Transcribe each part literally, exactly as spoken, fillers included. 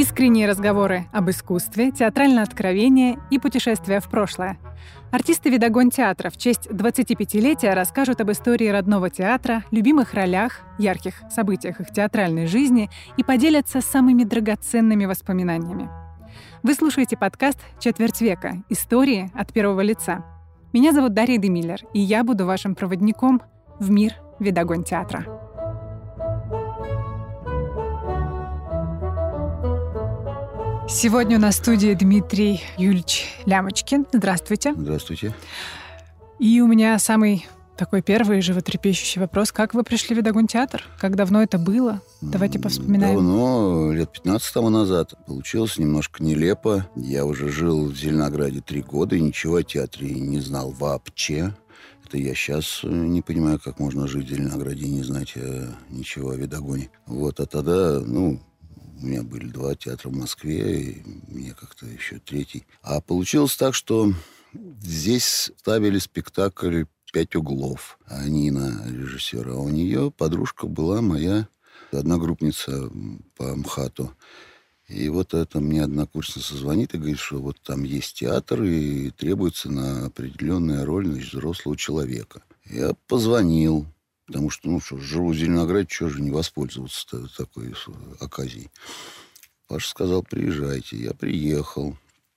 Искренние разговоры об искусстве, театральное откровение и путешествия в прошлое. Артисты «Видогон театра» в честь двадцатипятилетия расскажут об истории родного театра, любимых ролях, ярких событиях их театральной жизни и поделятся самыми драгоценными воспоминаниями. Вы слушаете подкаст «Четверть века. Истории от первого лица». Меня зовут Дарья Демиллер, и я буду вашим проводником в мир «Видогон театра». Сегодня у нас в студии Дмитрий Юльевич Лямочкин. Здравствуйте. Здравствуйте. И у меня самый такой первый животрепещущий вопрос. Как вы пришли в Видогон театр? Как давно это было? Давайте повспоминаем. Давно, лет пятнадцать тому назад. Получилось немножко нелепо. Я уже жил в Зеленограде три года и ничего о театре не знал вообще. Это я сейчас не понимаю, как можно жить в Зеленограде и не знать ничего о Видогоне. Вот, а тогда, ну... У меня были два театра в Москве, и мне как-то еще третий. А получилось так, что здесь ставили спектакль «Пять углов». А Нина режиссера. А у нее подружка была моя одногруппница по МХАТу. И вот это мне однокурсница звонит и говорит, что вот там есть театр, и требуется на определенная роль, значит, взрослого человека. Я позвонил. Потому что, ну что, живу в Зеленограде, чего же не воспользоваться такой оказией. Паша сказал, приезжайте. Я приехал.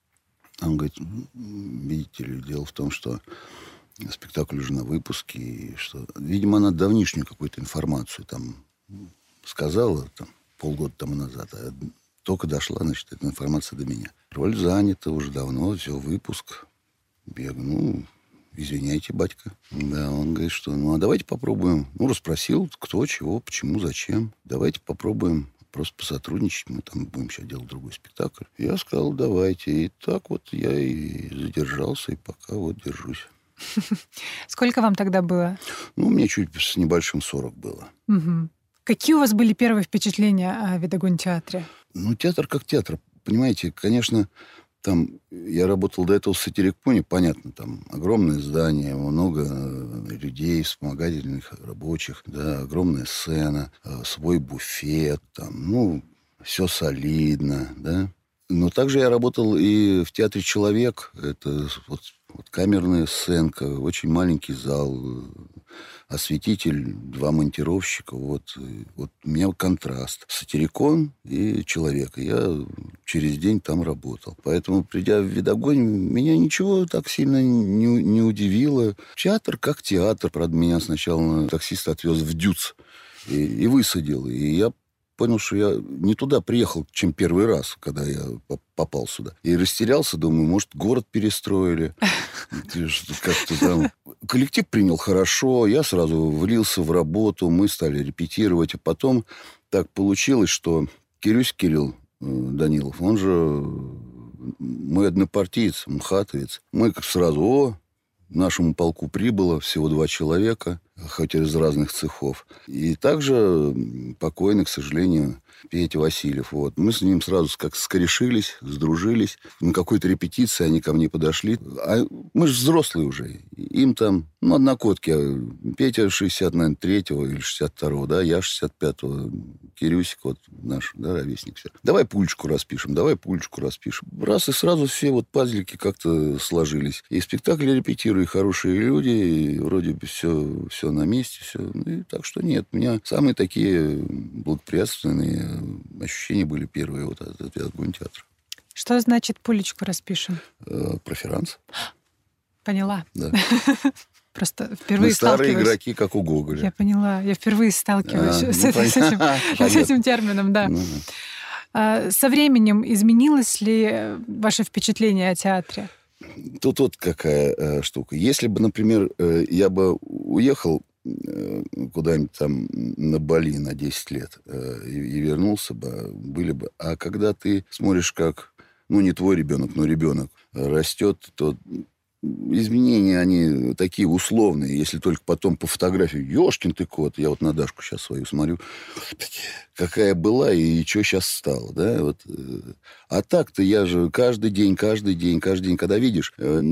Он говорит, видите ли, дело в том, что спектакль уже на выпуске. И что... Видимо, она давнишнюю какую-то информацию там сказала там, полгода тому назад. А только дошла, значит, эта информация до меня. Роль занята уже давно, все, выпуск. Бегу, ну... Извиняйте, батька. Да, он говорит, что ну, а давайте попробуем. Ну, расспросил, кто, чего, почему, зачем. Давайте попробуем просто посотрудничать. Мы там будем сейчас делать другой спектакль. Я сказал, давайте. И так вот я и задержался, и пока вот держусь. Сколько вам тогда было? Ну, мне чуть с небольшим сорок было. Угу. Какие у вас были первые впечатления о Видогон театре? Ну, театр как театр. Понимаете, конечно... Там я работал до этого в Сатириконе, понятно, там огромное здание, много людей, вспомогательных рабочих, да, огромная сцена, свой буфет, там, ну, все солидно, да. Но также я работал и в театре «Человек», это вот, вот камерная сценка, очень маленький зал, осветитель, два монтировщика, вот, вот у меня контраст. Сатирикон и «Человек». И я через день там работал. Поэтому, придя в Видогон, меня ничего так сильно не, не удивило. Театр как театр. Правда, меня сначала таксист отвез в ДЮЦ и, и высадил. И я понял, что я не туда приехал, чем первый раз, когда я попал сюда. И растерялся, думаю, может, город перестроили. Как-то там... Коллектив принял хорошо, я сразу влился в работу, мы стали репетировать. А потом так получилось, что Кирюсь Кирилл Данилов, он же мой однопартиец, мхатовец. Мы как сразу, о, нашему полку прибыло всего два человека, хоть и из разных цехов. И также покойный, к сожалению, Петя Васильев. Вот. Мы с ним сразу как скорешились, сдружились. На какой-то репетиции они ко мне подошли. А мы же взрослые уже. Им там, ну, однокотки. Петя шестьдесят третьего или шестьдесят второго, да, я шестьдесят пятого. Кирюсик вот наш, да, ровесник. Все. Давай пулечку распишем, давай пулечку распишем. Раз, и сразу все вот пазлики как-то сложились. И спектакль репетирую, и хорошие люди, и вроде бы все, все на месте, все. И так что нет, у меня самые такие благоприятственные ощущения были первые вот от Видогон театра. Что значит пулечку распишем? Э, проферанс. Поняла. Да. Просто впервые Мы старые сталкиваюсь. игроки, как у Гоголя. Я поняла. Я впервые сталкиваюсь А, с, ну, этим, с, этим, с этим термином, да. Ну, а, со временем изменилось ли ваше впечатление о театре? Тут вот какая э, штука. Если бы, например, э, я бы уехал э, куда-нибудь там на Бали на десять лет э, и, и вернулся бы, были бы... А когда ты смотришь, как, ну, не твой ребенок, но ребенок растет, то изменения, они такие условные, если только потом по фотографии, ёшкин ты кот, я вот на Дашку сейчас свою смотрю, какая была и что сейчас стало, да, вот. А так-то я же каждый день, каждый день, каждый день, когда видишь,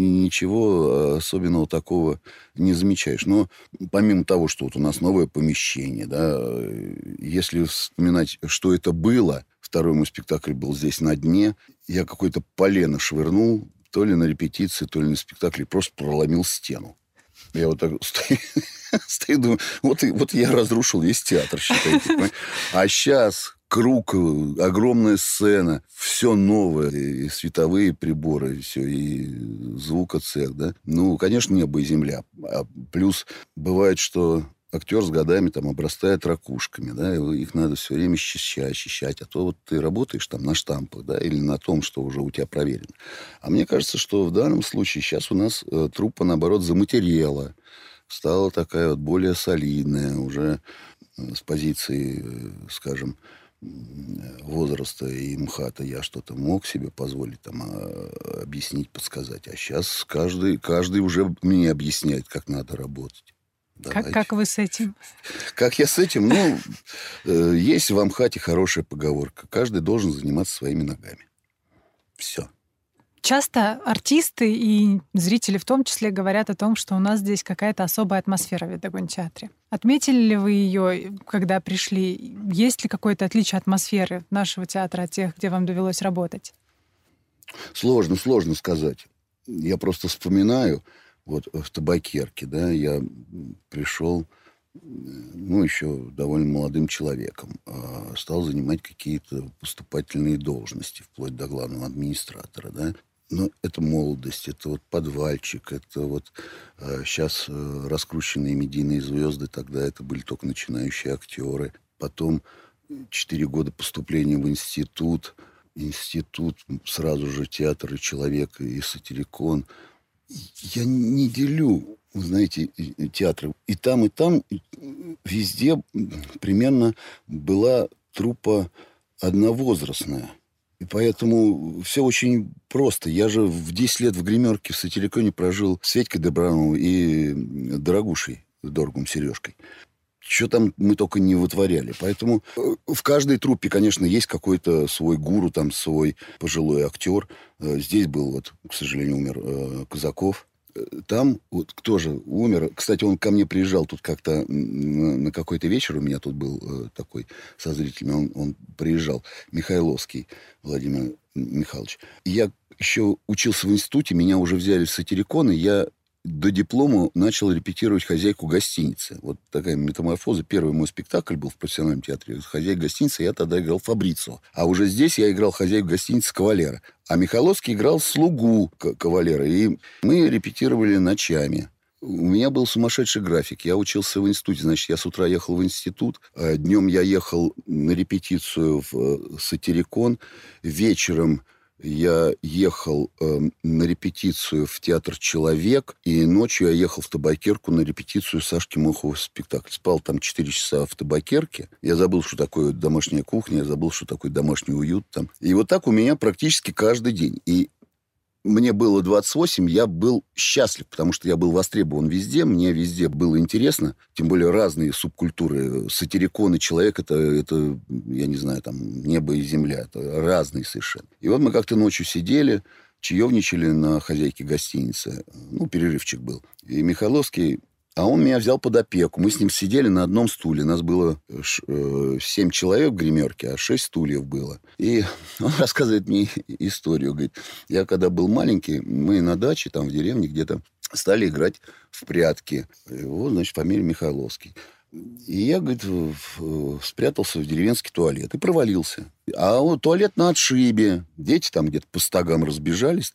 ничего особенного такого не замечаешь. Но помимо того, что вот у нас новое помещение, да, если вспоминать, что это было, второй мой спектакль был здесь на дне, я какое-то полено швырнул, то ли на репетиции, то ли на спектакле, просто проломил стену. Я вот так стою, стою думаю, вот, вот я разрушил весь театр, считайте. Понимаете? А сейчас круг, огромная сцена, все новое, и световые приборы, и все, и звукоцех, да. Ну, конечно, небо и земля. А плюс бывает, что актер с годами там обрастает ракушками, да, и их надо все время счищать, очищать. А то вот ты работаешь там на штампах, да, или на том, что уже у тебя проверено. А мне кажется, что в данном случае сейчас у нас э, труппа, наоборот, заматерела, стала такая вот более солидная, уже э, с позиции, э, скажем, возраста и МХАТа я что-то мог себе позволить там а, объяснить, подсказать. А сейчас каждый, каждый уже мне объясняет, как надо работать. Как, как вы с этим? Как я с этим? Ну, э, есть в Амхате хорошая поговорка. Каждый должен заниматься своими ногами. Все. Часто артисты и зрители в том числе говорят о том, что у нас здесь какая-то особая атмосфера в Видогон-театре. Отметили ли вы ее, когда пришли? Есть ли какое-то отличие атмосферы нашего театра от тех, где вам довелось работать? Сложно, сложно сказать. Я просто вспоминаю, вот в Табакерке, да, я пришел, ну, еще довольно молодым человеком, а стал занимать какие-то поступательные должности, вплоть до главного администратора, да. Но это молодость, это вот подвальчик, это вот а, сейчас а, раскрученные медийные звезды, тогда это были только начинающие актеры. Потом четыре года поступления в институт, институт, сразу же театр и человек, и сатирикон. Я не делю, вы знаете, театры. И там, и там, везде примерно была труппа одновозрастная. И поэтому все очень просто. Я же в десять лет в гримерке в сатириконе прожил с Федькой Добрановым и Дорогушей, Дорогом Сережкой. Что там мы только не вытворяли. Поэтому в каждой труппе, конечно, есть какой-то свой гуру, там свой пожилой актер. Здесь был, вот, к сожалению, умер Казаков. Там вот кто же умер. Кстати, он ко мне приезжал тут как-то на какой-то вечер. У меня тут был такой со зрителями. Он, он приезжал. Михайловский Владимир Михайлович. Я еще учился в институте. Меня уже взяли в сатирикон. И я до диплома начал репетировать хозяйку гостиницы. Вот такая метаморфоза. Первый мой спектакль был в профессиональном театре. Хозяйка гостиницы, я тогда играл Фабрицио. А уже здесь я играл хозяйку гостиницы Кавалера. А Михайловский играл слугу Кавалера. И мы репетировали ночами. У меня был сумасшедший график. Я учился в институте. Значит, я с утра ехал в институт. Днем я ехал на репетицию в сатирикон. Вечером я ехал э, на репетицию в театр «Человек», и ночью я ехал в Табакерку на репетицию Сашки Мохова спектакль. Спал там четыре часа в Табакерке. Я забыл, что такое домашняя кухня, я забыл, что такое домашний уют там. И вот так у меня практически каждый день. И мне было двадцать восемь, я был счастлив, потому что я был востребован везде, мне везде было интересно, тем более разные субкультуры, сатирикон и человек, это, это, я не знаю, там, небо и земля, это разные совершенно. И вот мы как-то ночью сидели, чаевничали на хозяйке гостиницы, ну, перерывчик был, и Михайловский, а он меня взял под опеку. Мы с ним сидели на одном стуле. Нас было семь человек в гримерке, а шесть стульев было. И он рассказывает мне историю. Говорит, я когда был маленький, мы на даче, там в деревне где-то, стали играть в прятки. И вот, значит, фамилия Михайловский. И я, говорит, спрятался в деревенский туалет и провалился. А вот туалет на отшибе. Дети там где-то по стогам разбежались.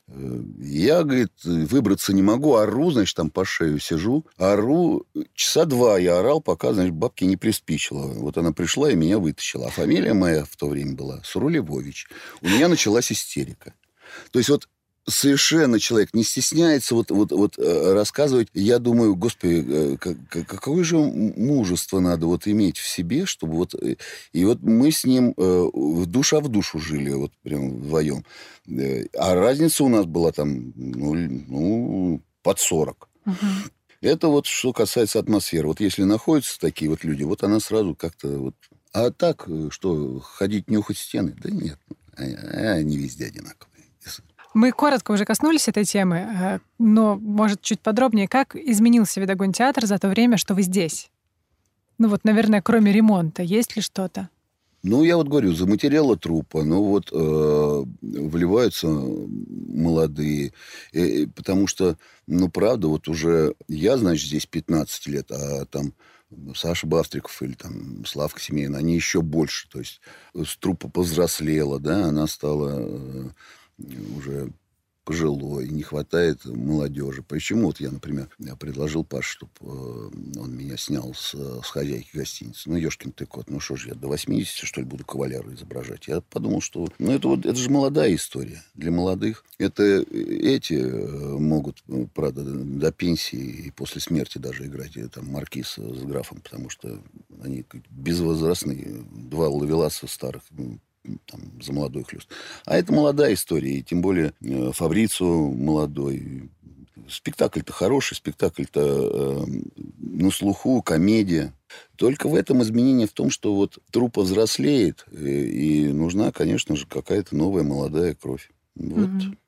Я, говорит, выбраться не могу. Ору, значит, там по шею сижу. Ору. Часа два я орал, пока, значит, бабке не приспичило. Вот она пришла и меня вытащила. А фамилия моя в то время была Сурулевович. У меня началась истерика. То есть вот совершенно человек не стесняется вот, вот, вот рассказывать. Я думаю, господи, какое же мужество надо вот иметь в себе, чтобы вот... И вот мы с ним душа в душу жили, вот прям вдвоем. А разница у нас была там, ну, ну под сорок. Угу. Это вот что касается атмосферы. Вот если находятся такие вот люди, вот она сразу как-то вот... А так, что, ходить, нюхать стены? Да нет, они везде одинаковые. Мы коротко уже коснулись этой темы, но, может, чуть подробнее, как изменился Видогон-театр за то время, что вы здесь? Ну вот, наверное, кроме ремонта, есть ли что-то? Ну, я вот говорю, заматериала труппа, ну вот э, вливаются молодые, э, потому что, ну, правда, вот уже я, значит, здесь пятнадцать лет, а там Саша Бавтриков или там Славка Семейн, они еще больше, то есть труппа повзрослела, да, она стала э, уже пожилой, не хватает молодежи. Почему? Вот я, например, я предложил Паше, чтобы э, он меня снял с, с хозяйки гостиницы. Ну, ёшкин ты кот, ну что ж, я до восьмидесяти, что ли, буду кавалеру изображать? Я подумал, что, ну, это вот, это же молодая история для молодых. Это эти могут, правда, до пенсии и после смерти даже играть там маркиз с графом, потому что они безвозрастные. Два ловеласа старых, там, за молодой хлёст. А это молодая история, и тем более э, Фабрицио молодой. Спектакль-то хороший, спектакль-то э, на слуху, комедия. Только в этом изменение в том, что вот труппа взрослеет, и, и нужна, конечно же, какая-то новая молодая кровь. Вот. Mm-hmm.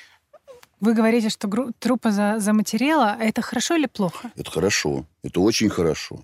Вы говорите, что гру- труппа за- заматерела. Это хорошо или плохо? Это хорошо. Это очень хорошо.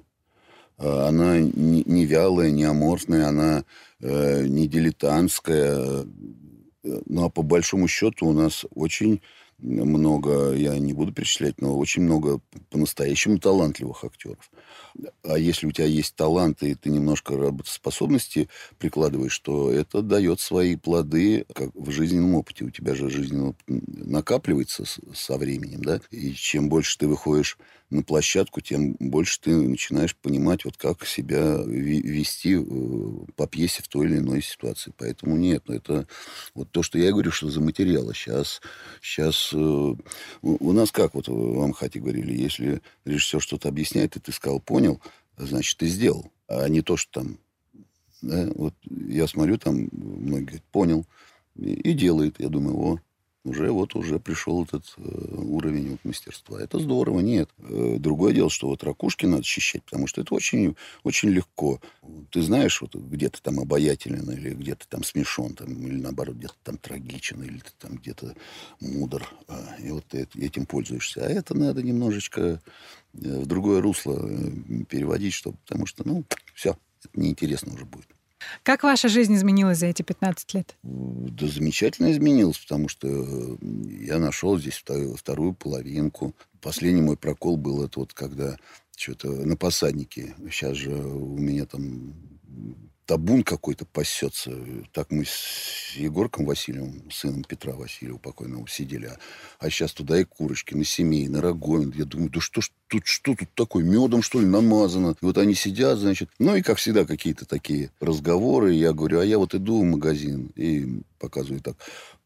Она не, не вялая, не аморфная, она э, не дилетантская. Ну, а по большому счету у нас очень много, я не буду перечислять, но очень много по-настоящему талантливых актеров. А если у тебя есть талант, и ты немножко работоспособности прикладываешь, то это дает свои плоды как в жизненном опыте. У тебя же жизненный опыт накапливается с, со временем, да? И чем больше ты выходишь на площадку, тем больше ты начинаешь понимать, вот как себя вести по пьесе в той или иной ситуации. Поэтому нет, ну это вот то, что я говорю, что за материалы. Сейчас, сейчас у, у нас как вот в Амхате говорили, если режиссер что-то объясняет, и ты сказал, понял, значит, ты сделал. А не то, что там... Да, вот я смотрю, там многие говорят, понял, и, и делает. Я думаю, о, уже вот уже пришел этот э, уровень вот, мастерства. Это здорово, нет. Э, другое дело, что вот ракушки надо защищать, потому что это очень, очень легко. Ты знаешь, вот где ты там обаятелен, или где ты там смешон, там, или наоборот, где-то там трагичен, или ты там где-то мудр. А, и вот ты этим пользуешься. А это надо немножечко в другое русло переводить, чтобы, потому что, ну, все, это неинтересно уже будет. Как ваша жизнь изменилась за эти пятнадцать лет? Да замечательно изменилась, потому что я нашел здесь вторую, вторую половинку. Последний мой прокол был это вот когда что-то на Посаднике. Сейчас же у меня там табун какой-то пасется. Так мы с Егорком Васильевым, сыном Петра Васильева покойного, сидели. А, а сейчас туда и Курочкин, и Семей, и Рогомин. Я думаю, да что ж тут, что тут такое? Медом, что ли, намазано? И вот они сидят, значит. Ну, и, как всегда, какие-то такие разговоры. Я говорю, а я вот иду в магазин и показываю так.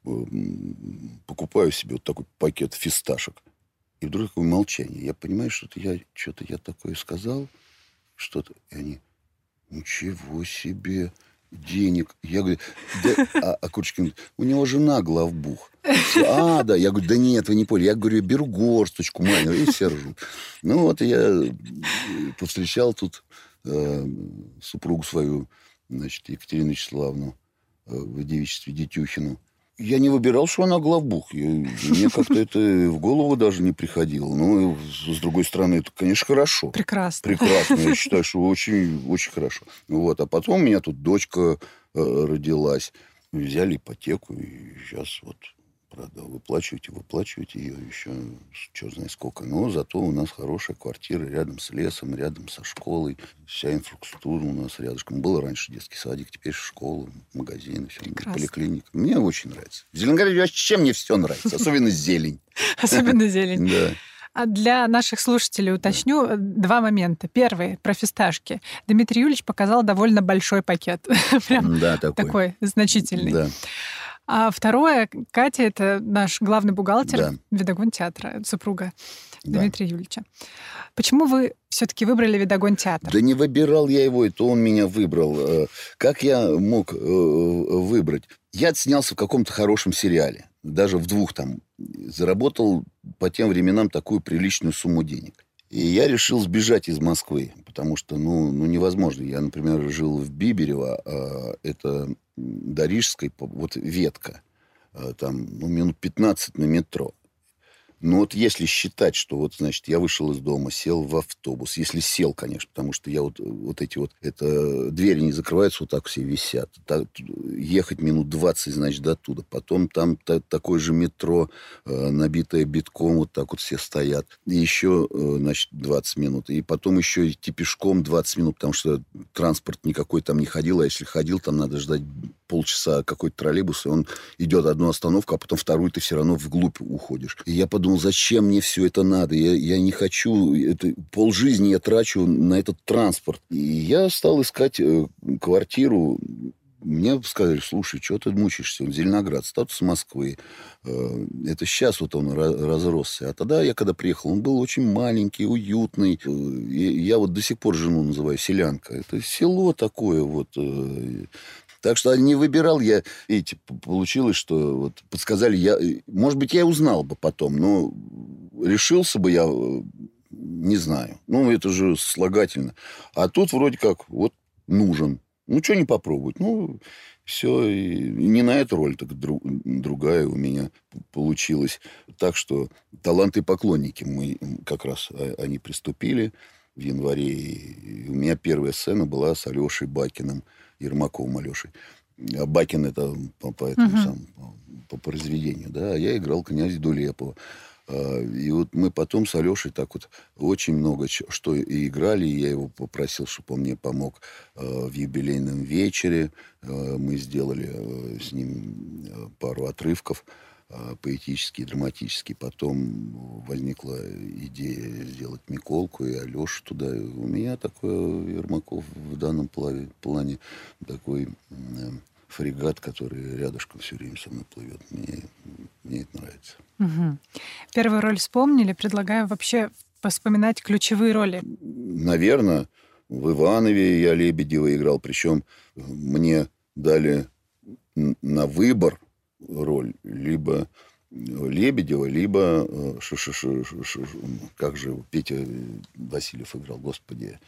Покупаю себе вот такой пакет фисташек. И вдруг такое молчание. Я понимаю, что-то я, что-то я такое сказал. Что-то. И они... Ничего себе денег. Я говорю, да, а, а Курочкин говорит, у него жена главбух. А, да, я говорю, да нет, вы не поняли. Я говорю, я беру горсточку маленькую, и все ржут. Ну, вот я повстречал тут э, супругу свою, значит, Екатерину Вячеславовну э, в девичестве Детюхину. Я не выбирал, что она главбух. Я, мне как-то это в голову даже не приходило. Ну, с другой стороны, это, конечно, хорошо. Прекрасно. Прекрасно. Я считаю, что очень, очень хорошо. Вот. А потом у меня тут дочка э, родилась. Взяли ипотеку, и сейчас вот, правда, выплачиваете, выплачиваете ее еще, черт знает сколько. Но зато у нас хорошая квартира рядом с лесом, рядом со школой. Вся инфраструктура у нас рядышком. Был раньше детский садик, теперь школа, магазины, все, поликлиника. Мне очень нравится. В Зеленограде вообще мне все нравится, особенно зелень. Особенно зелень. Да. А для наших слушателей уточню да. два момента. Первый — про фисташки. Дмитрий Юрьевич показал довольно большой пакет. Прям да, такой. такой значительный. Да. А второе, Катя — это наш главный бухгалтер да. Видогон-театра, супруга да. Дмитрия Юрьевича. Почему вы все-таки выбрали Видогон-театр? Да не выбирал я его, это он меня выбрал. Как я мог выбрать? Я отснялся в каком-то хорошем сериале. Даже в двух там заработал по тем временам такую приличную сумму денег. И я решил сбежать из Москвы, потому что, ну, ну невозможно. Я, например, жил в Биберево, а это до Рижской, вот ветка, а там, ну, минут пятнадцать на метро. Но вот если считать, что вот, значит, я вышел из дома, сел в автобус, если сел, конечно, потому что я вот, вот эти вот, это, двери не закрываются, вот так все висят. Так, ехать минут двадцать, значит, до туда. Потом там та, такое же метро, э, набитое битком, вот так вот все стоят. И еще, э, значит, двадцать минут. И потом еще идти пешком двадцать минут, потому что транспорт никакой там не ходил, а если ходил, там надо ждать полчаса какой-то троллейбус, и он идет одну остановку, а потом вторую, ты все равно вглубь уходишь. И я подумал, зачем мне все это надо? Я, я не хочу, это, полжизни я трачу на этот транспорт. И я стал искать э, квартиру. Мне сказали, слушай, что ты мучаешься? Зеленоград, статус Москвы. Э, это сейчас вот он разросся. А тогда я, когда приехал, он был очень маленький, уютный. Э, я вот до сих пор жену называю селянка. Это село такое вот... Э, Так что не выбирал я, видите, получилось, что вот подсказали, я, может быть, я и узнал бы потом, но решился бы я, не знаю. Ну, это же слагательно. А тут вроде как вот нужен. Ну, что не попробовать? Ну, все, и не на эту роль, так друг, другая у меня получилась. Так что таланты и поклонники мы как раз, они приступили в январе. И у меня первая сцена была с Алешей Бакиным, Ермаковым Алешей. А Бакин это по, по этому uh-huh. самому, по произведению, да, а я играл князя Дулепова. И вот мы потом с Алешей так вот очень много что и играли. И я его попросил, чтобы он мне помог в юбилейном вечере. Мы сделали с ним пару отрывков поэтические, драматические. Потом возникла идея сделать Миколку и Алешу туда. У меня такой Ермаков в данном плане, плане такой фрегат, который рядышком все время со мной плывет. Мне, мне это нравится. Угу. Первую роль вспомнили. Предлагаю вообще вспоминать ключевые роли. Наверное, в Иванове я Лебедева играл. Причем мне дали на выбор роль либо Лебедева, либо ш -ш -ш -ш -ш, как же Петя Васильев играл, господи,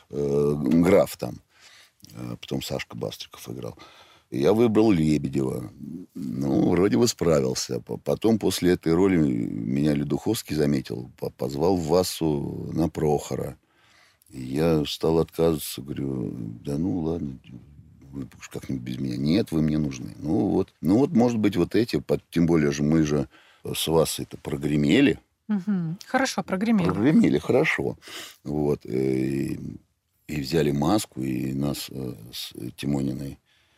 граф там. Потом Сашка Бастриков играл. Я выбрал Лебедева. Ну, вроде бы справился. Потом после этой роли меня Ледуховский заметил. Позвал в Васу на Прохора. И я стал отказываться. Говорю, да ну ладно, вы как-нибудь без меня. Нет, вы мне нужны. Ну вот, ну вот, может быть, вот эти, тем более же мы же с Васой-то прогремели. Угу. Хорошо, прогремели. Прогремели, хорошо. Вот. И, и взяли маску, и нас с Тимониной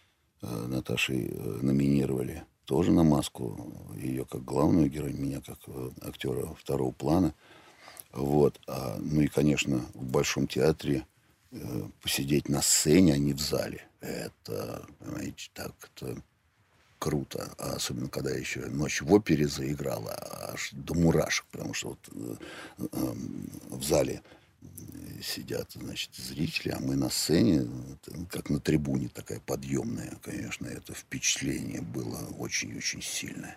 Наташей номинировали тоже на маску. Ее как главную героиню, меня как актера второго плана. Вот. А, ну и, конечно, в Большом театре э, посидеть на сцене, а не в зале. Это, понимаете, так это круто. А особенно, когда я еще «Ночь в опере» заиграла, аж до мурашек. Потому что вот э, э, в зале сидят, значит, зрители, а мы на сцене, как на трибуне, такая подъемная. Конечно, это впечатление было очень-очень сильное.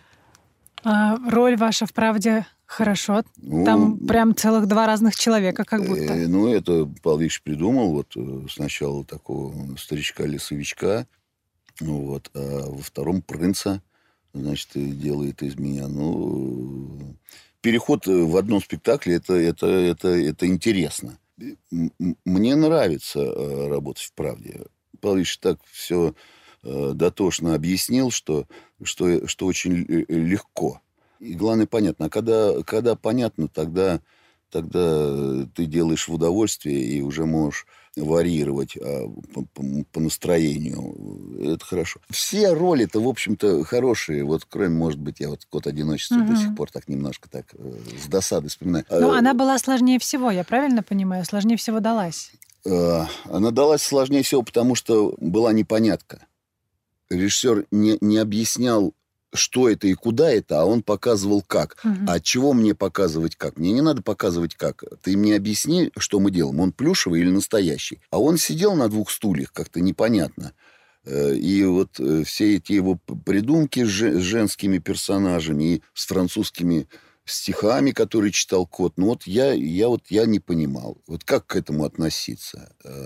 А роль ваша в «Правде» хорошо. Ну, там прям целых два разных человека, как будто. Э, ну, это Павел Викторович придумал. Вот сначала такого старичка-лесовичка, ну, вот, а во втором принца, значит, делает из меня. Ну, переход в одном спектакле, это, это, это, это интересно. Мне нравится работать в «Правде». Павел Викторович так все дотошно объяснил, что, что, что очень легко. И главное, понятно. А когда, когда понятно, тогда, тогда ты делаешь в удовольствие и уже можешь варьировать а, по, по, по настроению. Это хорошо. Все роли-то, в общем-то, хорошие. Вот кроме, может быть, я вот «Код одиночества» угу. до сих пор так немножко так э, с досадой вспоминаю. Но а, она была сложнее всего, я правильно понимаю? Сложнее всего далась? Э, она далась сложнее всего, потому что была непонятка. Режиссер не, не объяснял, что это и куда это, а он показывал как. Угу. А чего мне показывать как? Мне не надо показывать как. Ты мне объясни, что мы делаем. Он плюшевый или настоящий? А он сидел на двух стульях, как-то непонятно. И вот все эти его придумки с женскими персонажами и с французскими стихами, которые читал кот, ну вот я, я, вот, я не понимал, вот как к этому относиться.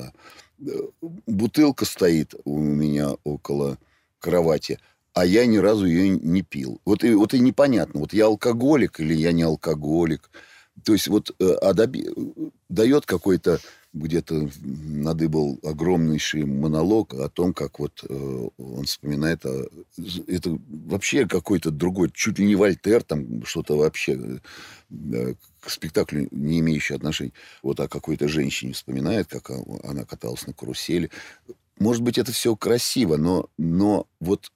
Бутылка стоит у меня около кровати, а я ни разу ее не пил. Вот и, вот и непонятно, вот я алкоголик или я не алкоголик. То есть вот а доби... дает какой-то, где-то надыбал огромнейший монолог о том, как вот э, он вспоминает, о... это вообще какой-то другой, чуть ли не Вольтер, там что-то вообще э, к спектаклю не имеющее отношения. Вот о какой-то женщине вспоминает, как она каталась на карусели. Может быть, это все красиво, но, но вот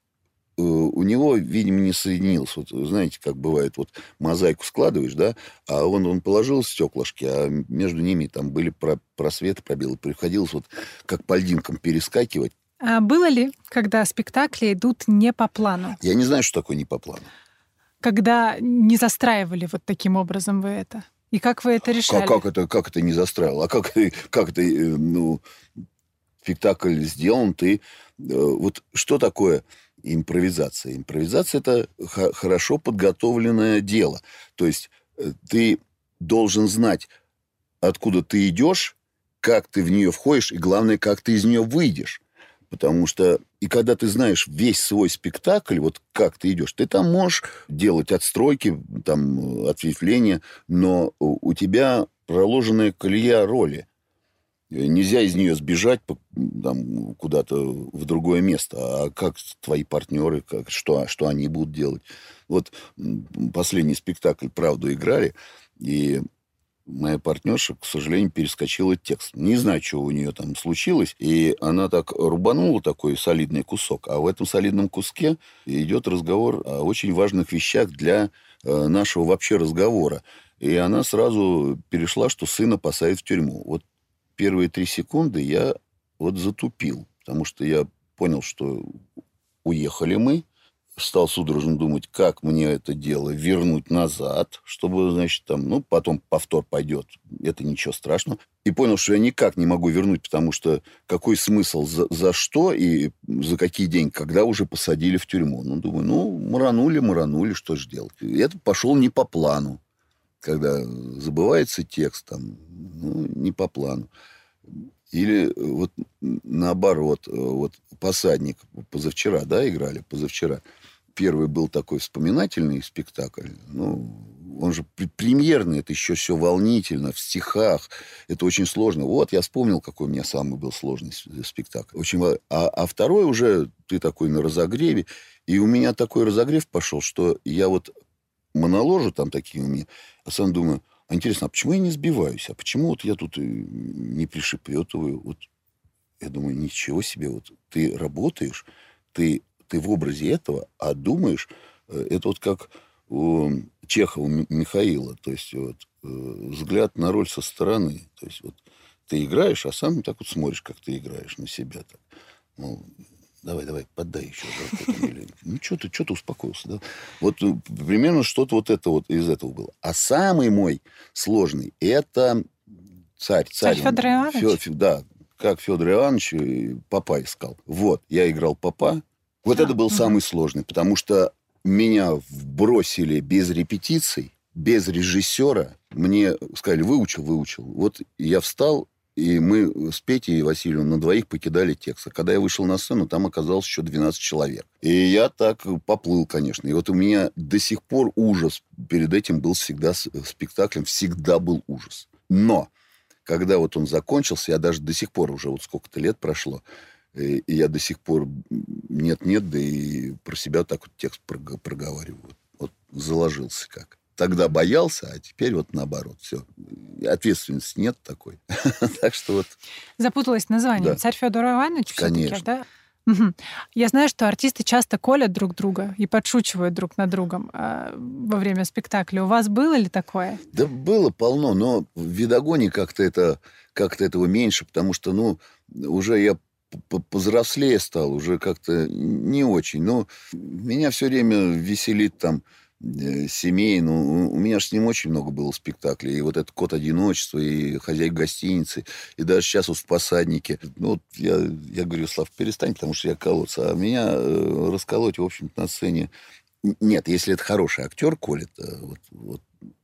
у него, видимо, не соединилось. Вот, знаете, как бывает, вот мозаику складываешь, да, а он, он положил стеклышки, а между ними там были просветы, пробелы. Приходилось вот как по льдинкам перескакивать. А было ли, когда спектакли идут не по плану? Я не знаю, что такое не по плану. Когда не застраивали вот таким образом вы это? И как вы это решали? Как, как, это, как это не застраивал? А как, как это, ну, спектакль сделан, ты... Вот что такое... Импровизация. Импровизация – это х- хорошо подготовленное дело. То есть ты должен знать, откуда ты идешь, как ты в нее входишь, и главное, как ты из нее выйдешь. Потому что, и когда ты знаешь весь свой спектакль, вот как ты идешь, ты там можешь делать отстройки, там, ответвления, но у тебя проложенная колея роли. Нельзя из нее сбежать там, куда-то в другое место. А как твои партнеры, как, что, что они будут делать? Вот последний спектакль «Правду» играли, и моя партнерша, к сожалению, перескочила текст. Не знаю, что у нее там случилось. И она так рубанула такой солидный кусок. А в этом солидном куске идет разговор о очень важных вещах для нашего вообще разговора. И она сразу перешла, что сына посадят в тюрьму. Вот первые три секунды я вот затупил, потому что я понял, что уехали мы, стал судорожно думать, как мне это дело вернуть назад, чтобы, значит, там, ну, потом повтор пойдет, это ничего страшного. И понял, что я никак не могу вернуть, потому что какой смысл, за, за что и за какие деньги, когда уже посадили в тюрьму. Ну, думаю, ну, маранули, маранули, что же делать. И это пошел не по плану. Когда забывается текст, там, ну, не по плану. Или вот наоборот, вот «Посадник» позавчера, да, играли, позавчера. Первый был такой вспоминательный спектакль. Ну, он же премьерный, это еще все волнительно, в стихах. Это очень сложно. Вот, я вспомнил, какой у меня самый был сложный спектакль. Очень... А, а второй уже ты такой на разогреве. И у меня такой разогрев пошел, что я вот моноложу там такие у меня, а сам думаю, а интересно, а почему я не сбиваюсь? А почему вот я тут не пришепетываю? Вот я думаю, ничего себе, вот ты работаешь, ты, ты в образе этого, а думаешь, это вот как у Чехова Михаила, то есть вот взгляд на роль со стороны. То есть вот ты играешь, а сам так вот смотришь, как ты играешь на себя. Так. Ну, давай, давай, поддай еще. Ну, что ты, что ты успокоился, да? Вот примерно что-то вот это вот из этого было. А самый мой сложный – это царь. Царь, царь Федор Иванович? Фё, да, как Федор Иванович папа искал. Вот, я играл папа. Вот а, это был угу. самый сложный, потому что меня бросили без репетиций, без режиссера. Мне сказали, выучил, выучил. Вот я встал, и мы с Петей Васильевым на двоих покидали текст. А когда я вышел на сцену, там оказалось еще двенадцать человек. И я так поплыл, конечно. И вот у меня до сих пор ужас. Перед этим был всегда спектаклем, всегда был ужас. Но когда вот он закончился, я даже до сих пор, уже вот сколько-то лет прошло, и я до сих пор нет-нет, да и про себя так вот текст проговариваю. Вот, вот заложился как. Тогда боялся, а теперь вот наоборот. Все. Ответственности нет такой. Так что вот... Запуталась названием. Да. Царь Федор Иванович Конечно. Все-таки, да? Угу. Я знаю, что артисты часто колят друг друга и подшучивают друг над другом э, во время спектакля. У вас было ли такое? Да было полно, но в «Видогоне» как-то, это, как-то этого меньше, потому что, ну, уже я повзрослее стал, уже как-то не очень. Но меня все время веселит там э, семей. Ну, у меня же с ним очень много было спектаклей. И вот этот «Кот одиночества», и «Хозяйка гостиницы», и даже сейчас вот в «Посаднике». Ну, вот я, я говорю: Слав, перестань, потому что я колоться. А меня э, расколоть, в общем-то, на сцене... Н- Нет, если это хороший актер, колет, э, вот, вот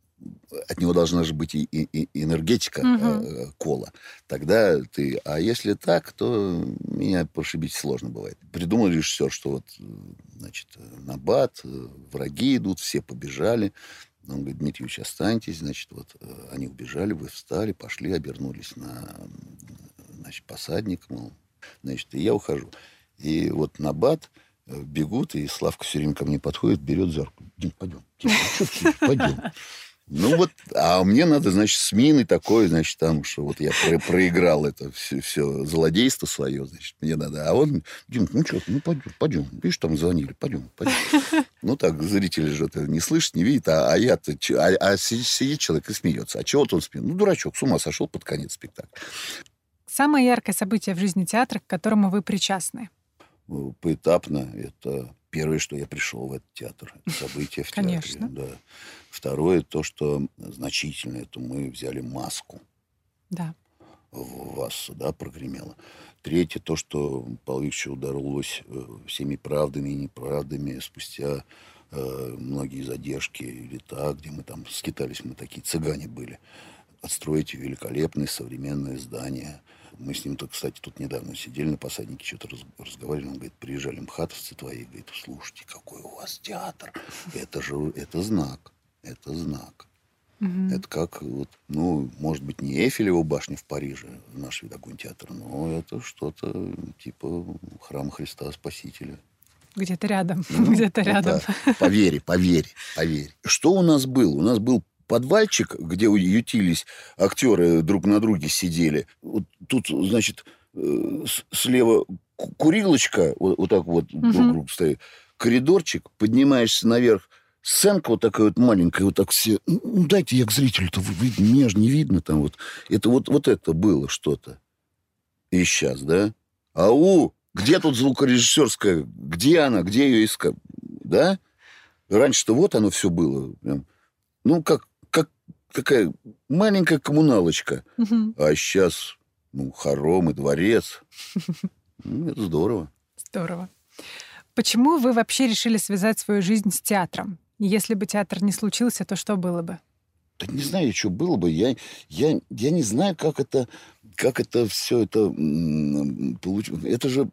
от него должна же быть и, и- и энергетика Мгм. э, кола. Тогда ты... А если так, то меня пошибить сложно бывает. Придумал режиссер, что вот, э, значит, э, набат, э, враги идут, все побежали. Он говорит: Дмитрий Ильич, останьтесь. Значит, вот э, они убежали, вы встали, пошли, обернулись на, м, значит, посадник, мол. Значит, и я ухожу. И вот набат, э, бегут, и Славка все время ко мне подходит, берет за руку. Дим, пойдем. Дим, ну что ты, пойдем. Ну вот, а мне надо, значит, с миной такой, значит, там, что вот я про- проиграл это все, все злодейство свое, значит, мне надо. А он: Дим, ну что, ну пойдем, пойдем. Видишь, там звонили, пойдем, пойдем. Ну так, зрители же это не слышат, не видят, а, а я-то... че- А, а си- сидит человек и смеется. А чего-то он смеется? Ну, дурачок, с ума сошел под конец спектакля. Самое яркое событие в жизни театра, к которому вы причастны. Ну, поэтапно это первое, что я пришел в этот театр. Это событие в театре, Конечно. да. Второе, то, что значительно, это мы взяли маску. Да. В вас, да, прогремело. Третье, то, что Павлу Викторовичу удалось э, всеми правдами и неправдами спустя э, многие задержки и лета, где мы там скитались, мы такие цыгане были, отстроить великолепное современное здание. Мы с ним, -то, кстати, тут недавно сидели на посаднике, что-то раз- разговаривали. Он говорит: приезжали мхатовцы твои, говорит: слушайте, какой у вас театр. Это же, это знак, это знак. Мгм. Это как, вот, ну, может быть, не Эйфелева башня в Париже, наш Видогон театр, но это что-то типа храма Христа Спасителя. Где-то рядом, Ну, где-то вот рядом. так. Поверь, поверь, поверь. Что у нас было? У нас был подвальчик, где ютились актеры, друг на друге сидели. Вот тут, значит, э, с- слева ку- курилочка, вот, вот так вот друг к Мгм. другу стоит. Коридорчик, поднимаешься наверх, сценка вот такая вот маленькая, вот так все. Ну, ну, дайте я к зрителю-то, вы- вы- меня же не видно там вот. Это вот, вот это было что-то. И сейчас, да? Ау! Где тут звукорежиссерская? Где она? Где ее искать? Да? Раньше-то вот оно все было. Прям. Ну, как, как такая маленькая коммуналочка. Мгм. А сейчас, ну, хором и дворец. Ну, это здорово. Здорово. Почему вы вообще решили связать свою жизнь с театром? И если бы театр не случился, то что было бы? Да не знаю, что было бы. Я, я, я не знаю, как это, как это все это получилось. Это же,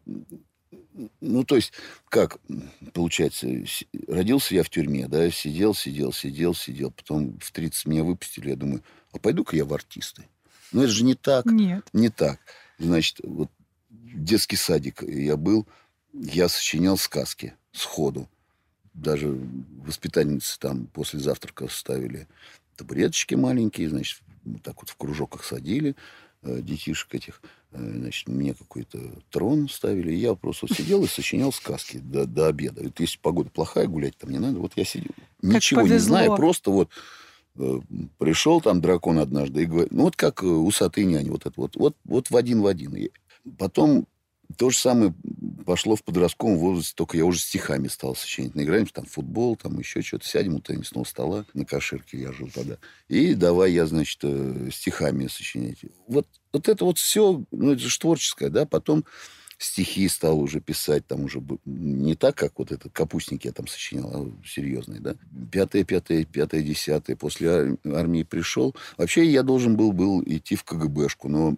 ну, то есть, как получается, с- родился я в тюрьме, да, сидел, сидел, сидел, сидел, потом в тридцать меня выпустили, я думаю: а пойду-ка я в артисты. Но это же не так, Нет. не так. Значит, вот детский садик я был, я сочинял сказки сходу. Даже воспитательницы там после завтрака ставили табуреточки маленькие, значит, вот так вот в кружок их садили, э, детишек этих. Э, Значит, мне какой-то трон ставили. И я просто вот сидел и сочинял сказки до, до обеда. Вот если погода плохая, гулять там не надо. Вот я сидел. Как Ничего не знаю, повезло. просто вот э, пришел там дракон однажды и говорит, ну вот как э, усатый нянь, вот это вот, вот, вот в один в один. И потом то же самое пошло в подростковом возрасте, только я уже стихами стал сочинять. Наиграемся там в футбол, там еще что-то, сядем у теннисного стола, на Каширке я жил тогда. И давай я, значит, э, стихами сочинять. Вот, вот это вот все, ну, это же творческое, да, потом стихи стал уже писать, там уже б- не так, как вот этот «Капустник» я там сочинял, а серьезный, да. Пятое, пятое, пятое, десятое. После ар- армии пришел. Вообще я должен был, был идти в КГБшку, но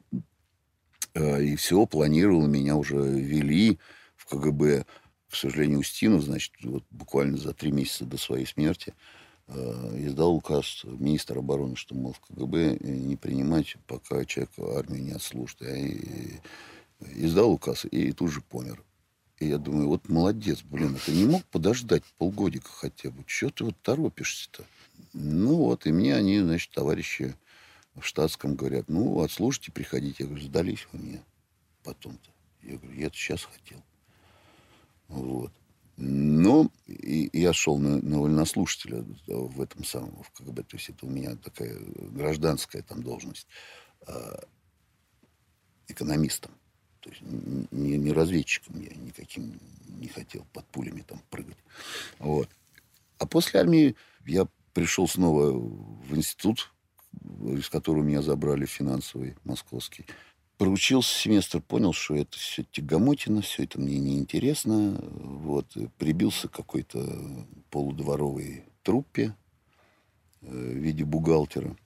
э, и все, планировал, меня уже вели в КГБ. К сожалению, Устинов, значит, вот буквально за три месяца до своей смерти э, издал указ министра обороны, что, мол, в КГБ не принимать, пока человек армию не отслужит. Я и- издал указ и тут же помер. И я думаю: вот молодец, блин, а ты не мог подождать полгодика хотя бы? Чего ты вот торопишься-то? Ну вот, и мне они, значит, товарищи в штатском говорят: ну, отслужите, приходите. Я говорю: сдались вы мне потом-то. Я говорю: я-то сейчас хотел. Вот. Но и, и я шел на, на вольнослушателя в этом самом, в КГБ. То есть это у меня такая гражданская там должность. а, Экономистом. То есть н- не, не разведчиком я никаким не хотел под пулями там прыгать. Вот. А после армии я пришел снова в институт, из которого меня забрали, финансовый, московский. Проучился семестр, понял, что это все тягомотина, все это мне неинтересно. Вот. Прибился к какой-то полудворовой труппе в виде бухгалтера.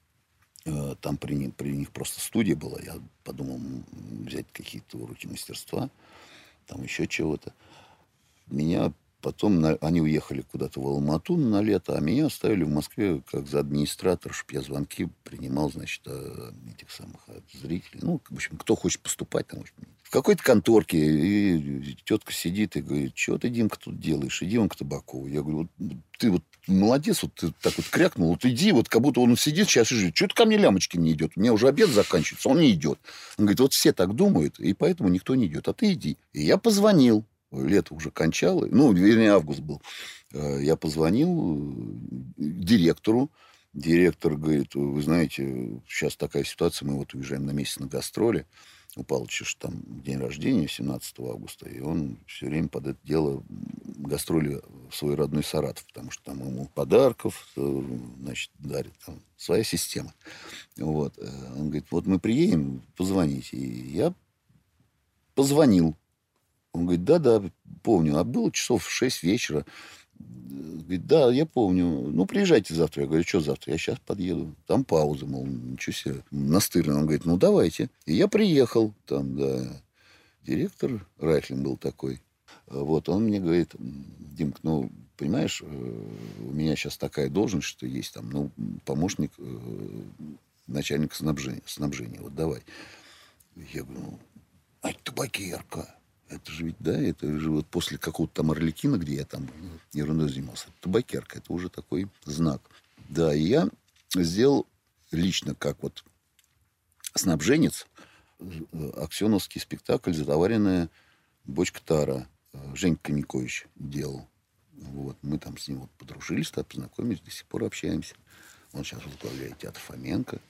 Там при них, при них просто студия была. Я подумал взять какие-то уроки мастерства, там еще чего-то. Меня потом... На, они уехали куда-то в Алмату на лето, а меня оставили в Москве как за администратор, чтобы я звонки принимал, значит, этих самых зрителей. Ну, в общем, кто хочет поступать там. В какой-то конторке и тетка сидит и говорит: что ты, Димка, тут делаешь? Иди вон к Табакову. Я говорю: вот ты вот молодец, вот ты так вот крякнул, вот иди, вот как будто он сидит сейчас и ждет. Что-то ко мне лямочки не идет. У меня уже обед заканчивается, он не идет. Он говорит: вот все так думают, и поэтому никто не идет, а ты иди. И я позвонил. Лето уже кончало. Ну, вернее, август был. Я позвонил директору. Директор говорит: вы знаете, сейчас такая ситуация, мы вот уезжаем на месяц на гастроли. У Павловича же там день рождения, семнадцатого августа, и он все время под это дело гастроли в свой родной Саратов, потому что там ему подарков, значит, дарит, там своя система. Вот. Он говорит: вот мы приедем, позвоните. И я позвонил. Он говорит: да-да, помню. А было часов в шесть вечера. Говорит: да, я помню. Ну, приезжайте завтра. Я говорю: что завтра? Я сейчас подъеду. Там пауза, мол, ничего себе. Настырно. Он говорит: ну, давайте. И я приехал. Там, да, директор Райхлин был такой. Вот, он мне говорит: Димка, ну, понимаешь, у меня сейчас такая должность, что есть там, ну, помощник начальника снабжения. снабжения. Вот давай. Я говорю: ну, а это табакерка. Это же ведь, да, это же вот после какого-то там Арлекина, где я там ерундой занимался, табакерка, это уже такой знак. Да, и я сделал лично, как вот снабженец, аксеновский спектакль «Затоваренная бочка тара». Женька Камикович делал. Вот. Мы там с ним вот подружились, так познакомились, до сих пор общаемся. Он сейчас возглавляет театр Фоменко.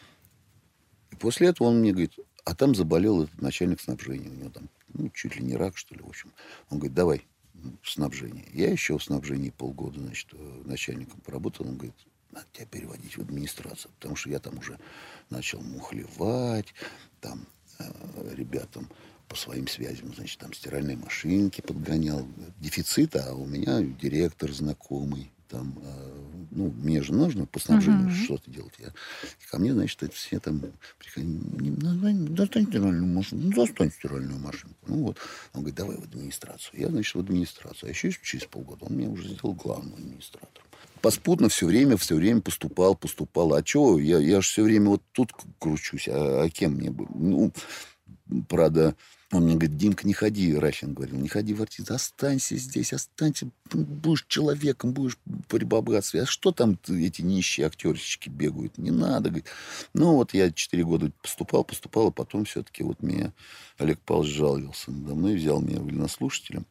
И после этого он мне говорит: а там заболел этот начальник снабжения. У него там, ну, чуть ли не рак, что ли, в общем. Он говорит: давай в снабжение. Я еще в снабжении полгода, значит, начальником поработал. Он говорит: надо тебя переводить в администрацию. Потому что я там уже начал мухлевать, там э, ребятам по своим связям, значит, там стиральные машинки подгонял. Дефицита, а у меня директор знакомый. Там, э, ну, мне же нужно по снабжению uh-huh. что-то делать. Я, и ко мне, значит, это все там приходили: достань стиральную машинку, ну, достань стиральную машинку. Ну, вот. Он говорит: давай в администрацию. Я, значит, в администрацию. А еще через полгода он меня уже сделал главным администратором. Поспутно все время, все время поступал, поступал. А чего? Я, я же все время вот тут кручусь. А, а кем мне был? Ну, правда... Он мне говорит: Димка, не ходи, Райхлин говорил, не ходи в артист, останься здесь, останься, будешь человеком, будешь при богатстве. А что там эти нищие актерщики бегают? Не надо, говорит. Ну, вот я четыре года поступал, поступал, а потом все-таки вот меня Олег Павлович жаловался надо мной, взял меня вольнослушателем.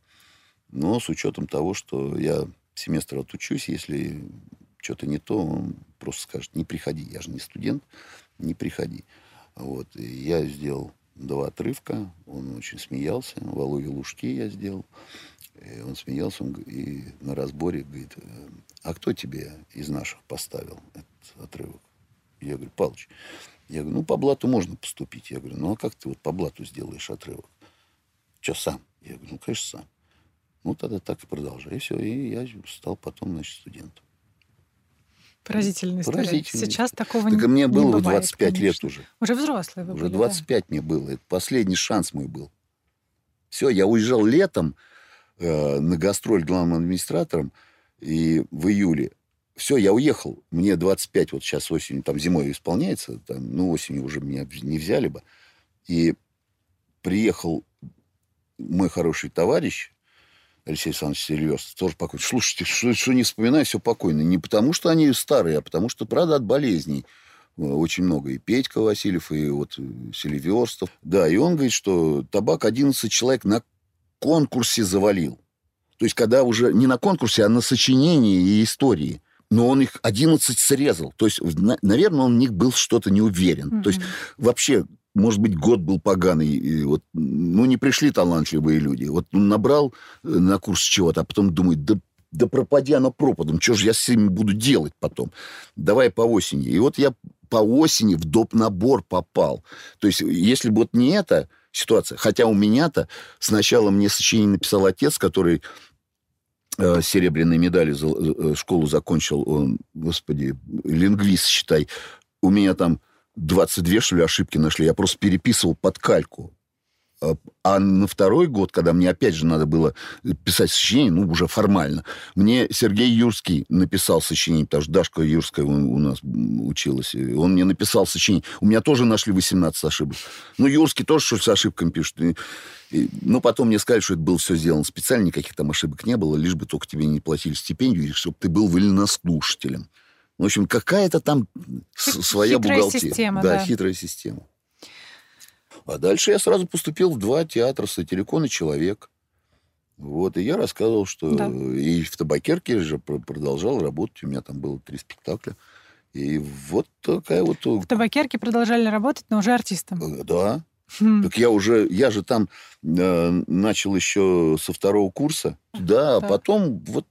Но с учетом того, что я семестр отучусь, если что-то не то, он просто скажет: не приходи, я же не студент, не приходи. Вот, и я сделал два отрывка, он очень смеялся. Воловьи лужки я сделал. И он смеялся, он, и на разборе говорит: а кто тебе из наших поставил этот отрывок? Я говорю: Палыч. Я говорю: ну, по блату можно поступить. Я говорю: ну, а как ты вот по блату сделаешь отрывок? Что, сам? Я говорю: ну, конечно, сам. Ну, тогда так и продолжай. И все, и я стал потом, значит, студентом. Поразительная история. Поразительная. Сейчас такого так не, мне было не бывает, двадцать пять конечно. лет уже. Уже взрослый вы Уже были, двадцать пять да. мне было. Это последний шанс мой был. Все, я уезжал летом э, на гастроль главным администратором, и в июле. Все, я уехал. Мне двадцать пять, вот сейчас осенью, там зимой исполняется, там, ну, осенью уже меня не взяли бы. И приехал мой хороший товарищ, Алексей Александрович Селиверстов, тоже покойный. Слушайте, что, что не вспоминаю, все покойно. Не потому, что они старые, а потому, что, правда, от болезней очень много. И Петька Васильев, и вот Селиверстов. Да, и он говорит, что табак одиннадцать человек на конкурсе завалил. То есть, когда уже не на конкурсе, а на сочинении и истории. Но он их одиннадцать срезал. То есть, наверное, он в них был что-то не уверен. Mm-hmm. То есть, вообще... Может быть, год был поганый. И вот, ну, не пришли талантливые люди. Вот он набрал на курс чего-то, а потом думает: да да пропади оно пропадом, что же я с ними буду делать потом? Давай по осени. И вот я по осени в доп. Набор попал. То есть, если бы вот не эта ситуация, хотя у меня-то сначала мне сочинение написал отец, который э, серебряной медалью за, э, школу закончил, он, господи, лингвист, считай. У меня там двадцать две, что ли, ошибки нашли. Я просто переписывал под кальку. А на второй год, когда мне опять же надо было писать сочинение, ну, уже формально, мне Сергей Юрский написал сочинение, потому что Дашка Юрская у, у нас училась. И он мне написал сочинение. У меня тоже нашли восемнадцать ошибок. Ну, Юрский тоже что-то с ошибками пишет. И, и, ну, потом мне сказали, что это было все сделано специально, никаких там ошибок не было, лишь бы только тебе не платили стипендию, и чтобы ты был вольнослушателем. В общем, какая-то там своя хитрая бухгалтерия. Система, да, да, хитрая система. А дальше я сразу поступил в два театра «Сатирикон» и «Человек». Вот, и я рассказывал, что... Да. И в «Табакерке» же продолжал работать. У меня там было три спектакля. И вот такая вот... В «Табакерке» продолжали работать, но уже артистом. Да. Хм. Так я уже... Я же там э, начал еще со второго курса. Да, а потом вот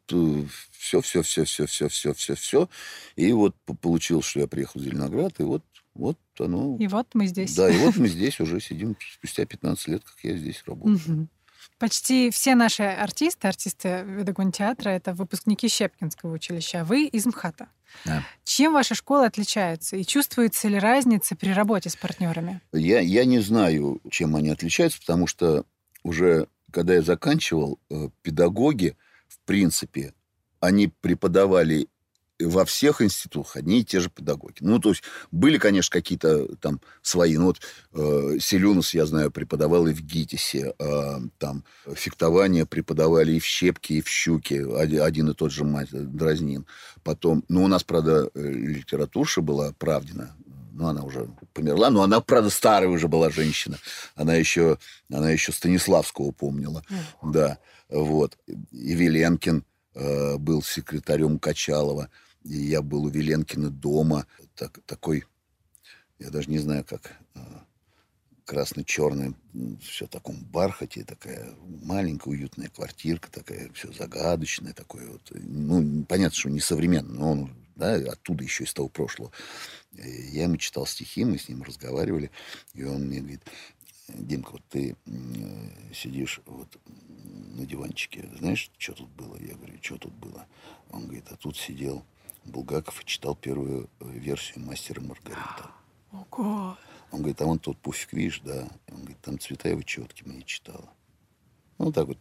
все-все-все-все-все-все-все-все. И вот получилось, что я приехал в Зеленоград, и вот Вот оно... И вот мы здесь. Да, и вот мы здесь уже сидим спустя пятнадцать лет, как я здесь работаю. Угу. Почти все наши артисты, артисты Видогон-театра, это выпускники Щепкинского училища, а вы из МХАТа. Да. Чем ваши школы отличаются? И чувствуется ли разница при работе с партнерами? Я, я не знаю, чем они отличаются, потому что уже, когда я заканчивал, педагоги, в принципе, они преподавали во всех институтах одни и те же педагоги. Ну, то есть, были, конечно, какие-то там свои. Ну, вот э, Селюнас, я знаю, преподавал и в ГИТИСе. Э, там фехтование преподавали и в Щепке, и в Щуке. Один, один и тот же мать Дразнин. Потом, ну, у нас, правда, литературша была Правдина. Ну, она уже померла, но она, правда, старая уже была женщина. Она еще, она еще Станиславского помнила. Mm. Да, вот. И Веленкин э, был секретарем Качалова. И я был у Веленкина дома. Так, такой, я даже не знаю, как, э, красно-черный, все в таком бархате, такая маленькая уютная квартирка, такая все загадочная, такое вот. Ну, понятно, что не современный, но он, да, оттуда еще из того прошлого. Я ему читал стихи, мы с ним разговаривали, и он мне говорит: Димка, вот ты сидишь вот на диванчике, знаешь, что тут было? Я говорю: что тут было? Он говорит: а тут сидел Булгаков и читал первую версию «Мастера и Маргарита». Ого! Он говорит: а вон тот пуфик, видишь, да? Он говорит: там Цветаева четки мне читала. Ну, так вот.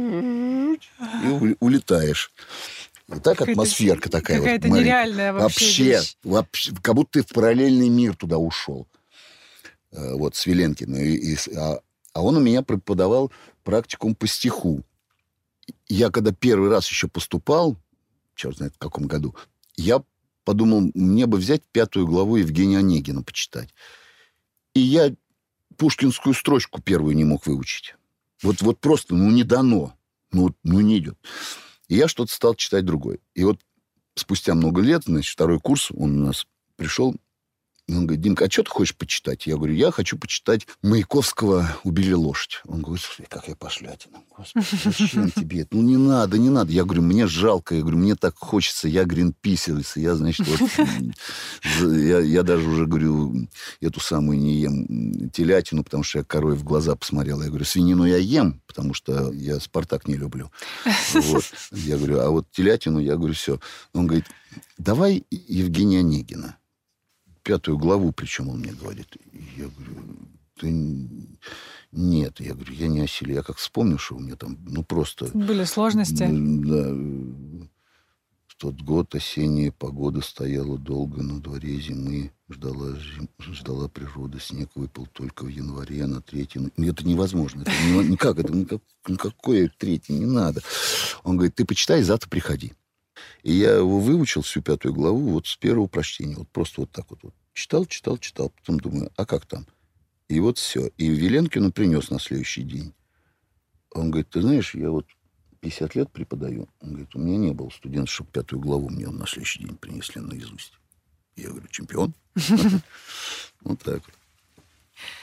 И улетаешь. И так какая-то, атмосферка такая какая-то вот. Нереальная вообще, вообще, вообще, как будто ты в параллельный мир туда ушел. Вот, с Веленкиным. И, и, а, а он у меня преподавал практикум по стиху. Я когда первый раз еще поступал, черт знает в каком году, я подумал, мне бы взять пятую главу Евгения Онегина почитать. И я пушкинскую строчку первую не мог выучить. Вот, вот просто, ну, не дано. Ну, ну, не идет. И я что-то стал читать другое. И вот спустя много лет, значит, второй курс, он у нас пришел, и он говорит: Димка, а что ты хочешь почитать? Я говорю: я хочу почитать Маяковского «Убили лошадь». Он говорит: слушай, какая пошлятина. Господи, зачем тебе это? Ну, не надо, не надо. Я говорю: мне жалко. Я говорю: мне так хочется. Я гринписовец. Я, значит, вот... Я, я даже уже, говорю, эту самую не ем телятину, потому что я корой в глаза посмотрел. Я говорю: свинину я ем, потому что я «Спартак» не люблю. Вот. Я говорю: а вот телятину, я говорю, все. Он говорит: давай Евгения Онегина. Пятую главу, причем он мне говорит. Я говорю: ты... Нет. Я говорю: я не осилю. Я как вспомню, что у меня там, ну, просто... Были сложности. Да. В тот год осенняя погода стояла долго, на дворе зимы. Ждала, ждала природа. Снег выпал только в январе, на третий... Это невозможно. Это не, никак. Это никак, никакое третий не надо. Он говорит: ты почитай, завтра приходи. И я его выучил, всю пятую главу, вот с первого прочтения. Вот просто вот так вот. вот. Читал, читал, читал. Потом думаю: а как там? И вот все. И Веленкину принес на следующий день. Он говорит: ты знаешь, я вот пятьдесят лет преподаю. Он говорит: у меня не было студентов, чтобы пятую главу мне на следующий день принесли наизусть. Я говорю: чемпион. Вот так вот.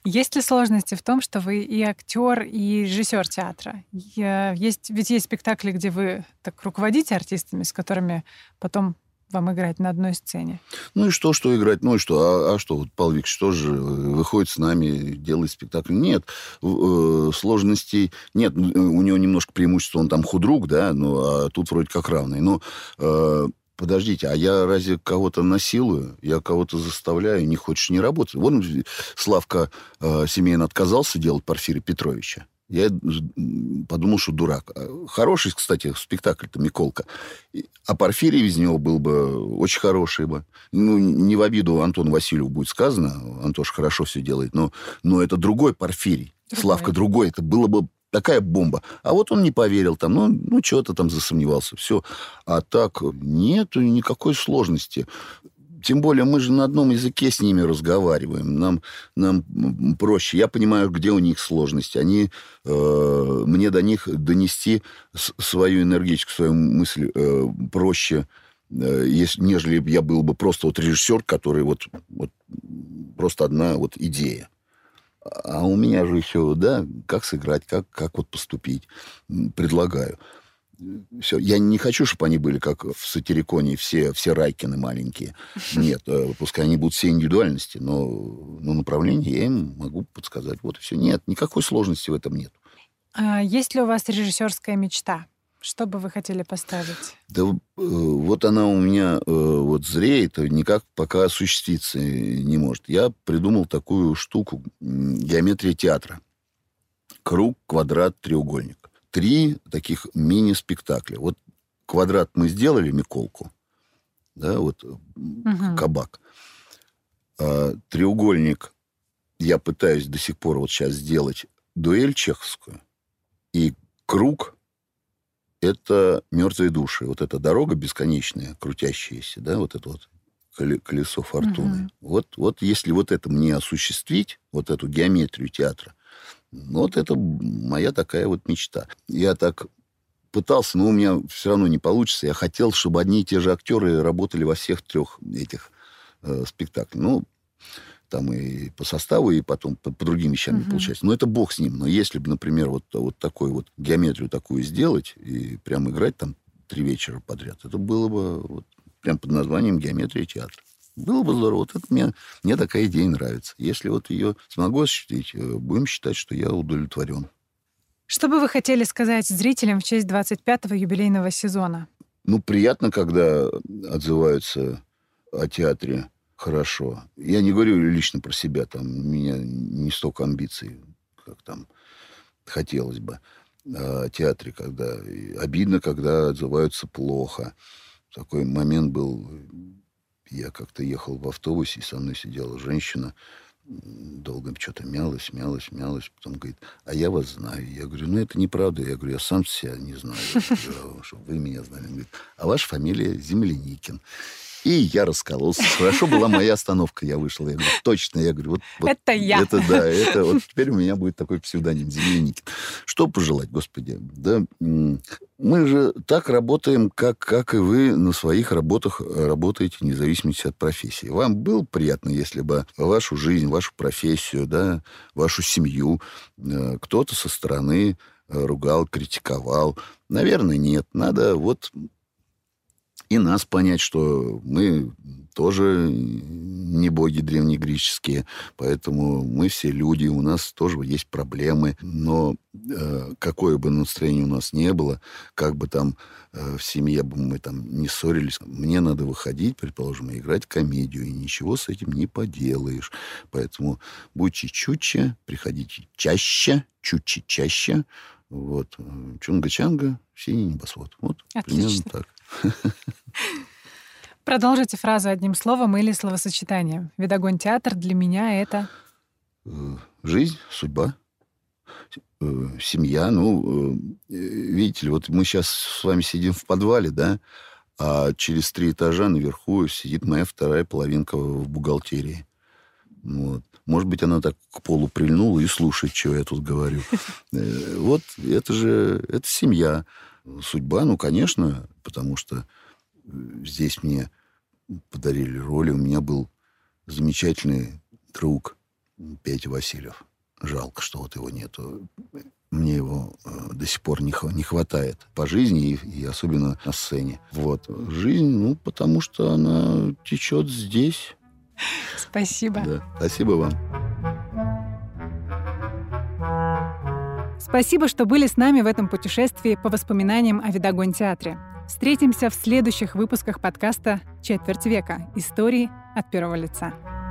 Есть ли сложности в том, что вы и актер, и режиссер театра? Есть, ведь есть спектакли, где вы так руководите артистами, с которыми потом вам играть на одной сцене? Ну и что, что играть? Ну и что? А, а что? Вот Павел Викторович тоже выходит с нами, делает спектакль. Нет, э, сложностей нет. У него немножко преимущество, он там худрук, да, ну, а тут вроде как равный. Но э, подождите, а я разве кого-то насилую? Я кого-то заставляю? Не хочешь, не работать? Вон Славка э, Семейный отказался делать Порфирия Петровича. Я подумал, что дурак. Хороший, кстати, спектакль-то «Миколка». А Порфирий из него был бы очень хороший бы. Ну, не в обиду Антону Васильеву будет сказано. Антош хорошо все делает. Но, но это другой Порфирий. Другой. Славка другой. Это было бы такая бомба. А вот он не поверил там. Ну, ну что-то там засомневался. Все. А так нету никакой сложности. Тем более мы же на одном языке с ними разговариваем. Нам, нам проще. Я понимаю, где у них сложности. Они, э, мне до них донести свою энергетику, свою мысль э, проще, э, если, нежели я был бы просто вот режиссер, который вот, вот просто одна вот идея. А у меня же еще, да, как сыграть, как, как вот поступить. Предлагаю. Все. Я не хочу, чтобы они были, как в «Сатириконе», все, все Райкины маленькие. Нет, пускай они будут все индивидуальности, но, но направление я им могу подсказать. Вот и все. Нет, никакой сложности в этом нет. А есть ли у вас режиссерская мечта? Что бы вы хотели поставить? Да вот она у меня вот зреет, никак пока осуществиться не может. Я придумал такую штуку. Геометрия театра. Круг, квадрат, треугольник. Три таких мини-спектакля. Вот квадрат мы сделали, Миколку, да, вот угу. Кабак. А треугольник я пытаюсь до сих пор вот сейчас сделать дуэль чеховскую. И круг — это мертвые души. Вот эта дорога бесконечная, крутящаяся, да, вот это вот колесо фортуны. Угу. Вот, вот если вот это мне осуществить, вот эту геометрию театра, вот это моя такая вот мечта. Я так пытался, но у меня все равно не получится. Я хотел, чтобы одни и те же актеры работали во всех трех этих э, спектаклях. Ну, там и по составу, и потом по, по другим вещам не получается. Но это бог с ним. Но если бы, например, вот, вот такую вот геометрию такую сделать и прям играть там три вечера подряд, это было бы вот прям под названием «Геометрия театра». Было бы здорово. Вот это мне, мне такая идея нравится. Если вот ее смогу осуществить, будем считать, что я удовлетворен. Что бы вы хотели сказать зрителям в честь двадцать пятого юбилейного сезона? Ну, приятно, когда отзываются о театре хорошо. Я не говорю лично про себя. Там у меня не столько амбиций, как там хотелось бы. А о театре, когда обидно, когда отзываются плохо. Такой момент был... Я как-то ехал в автобусе, и со мной сидела женщина, долго что-то мялась, мялась, мялась. Потом говорит, а я вас знаю. Я говорю, ну, это неправда. Я говорю, я сам себя не знаю, чтобы вы меня знали. Он говорит, а ваша фамилия Земляникин. И я раскололся. Хорошо была моя остановка. Я вышел. Я говорю, точно. Я говорю, вот, вот это я. Это, да, это вот теперь у меня будет такой псевдоним Земляникин. Что пожелать, Господи? Да, мы же так работаем, как, как и вы на своих работах работаете, вне зависимости от профессии. Вам было приятно, если бы вашу жизнь, вашу профессию, да, вашу семью кто-то со стороны ругал, критиковал? Наверное, нет. Надо вот... И нас понять, что мы тоже не боги древнегреческие, поэтому мы все люди, у нас тоже есть проблемы. Но э, какое бы настроение у нас не было, как бы там э, в семье бы мы там не ссорились, мне надо выходить, предположим, и играть комедию, и ничего с этим не поделаешь. Поэтому будьте чутче, приходите чаще, чутче чаще. Вот. Чунга-чанга, синий небосвод. Вот отлично. Примерно так. Продолжите фразу одним словом или словосочетанием. Видогон театр для меня это... Жизнь, судьба, семья. Ну, видите ли, вот мы сейчас с вами сидим в подвале, да, а через три этажа наверху сидит моя вторая половинка в бухгалтерии. Вот. Может быть, она так к полу прильнула и слушает, что я тут говорю. Вот это же, это семья. Судьба, ну, конечно, потому что здесь мне подарили роли. У меня был замечательный друг Петя Васильев. Жалко, что вот его нету. Мне его э, до сих пор не, не хватает по жизни и, и особенно на сцене. Вот. Жизнь, ну, потому что она течет здесь. Спасибо. Да. Спасибо вам. Спасибо, что были с нами в этом путешествии по воспоминаниям о Видогон-театре. Встретимся в следующих выпусках подкаста «Четверть века. Истории от первого лица».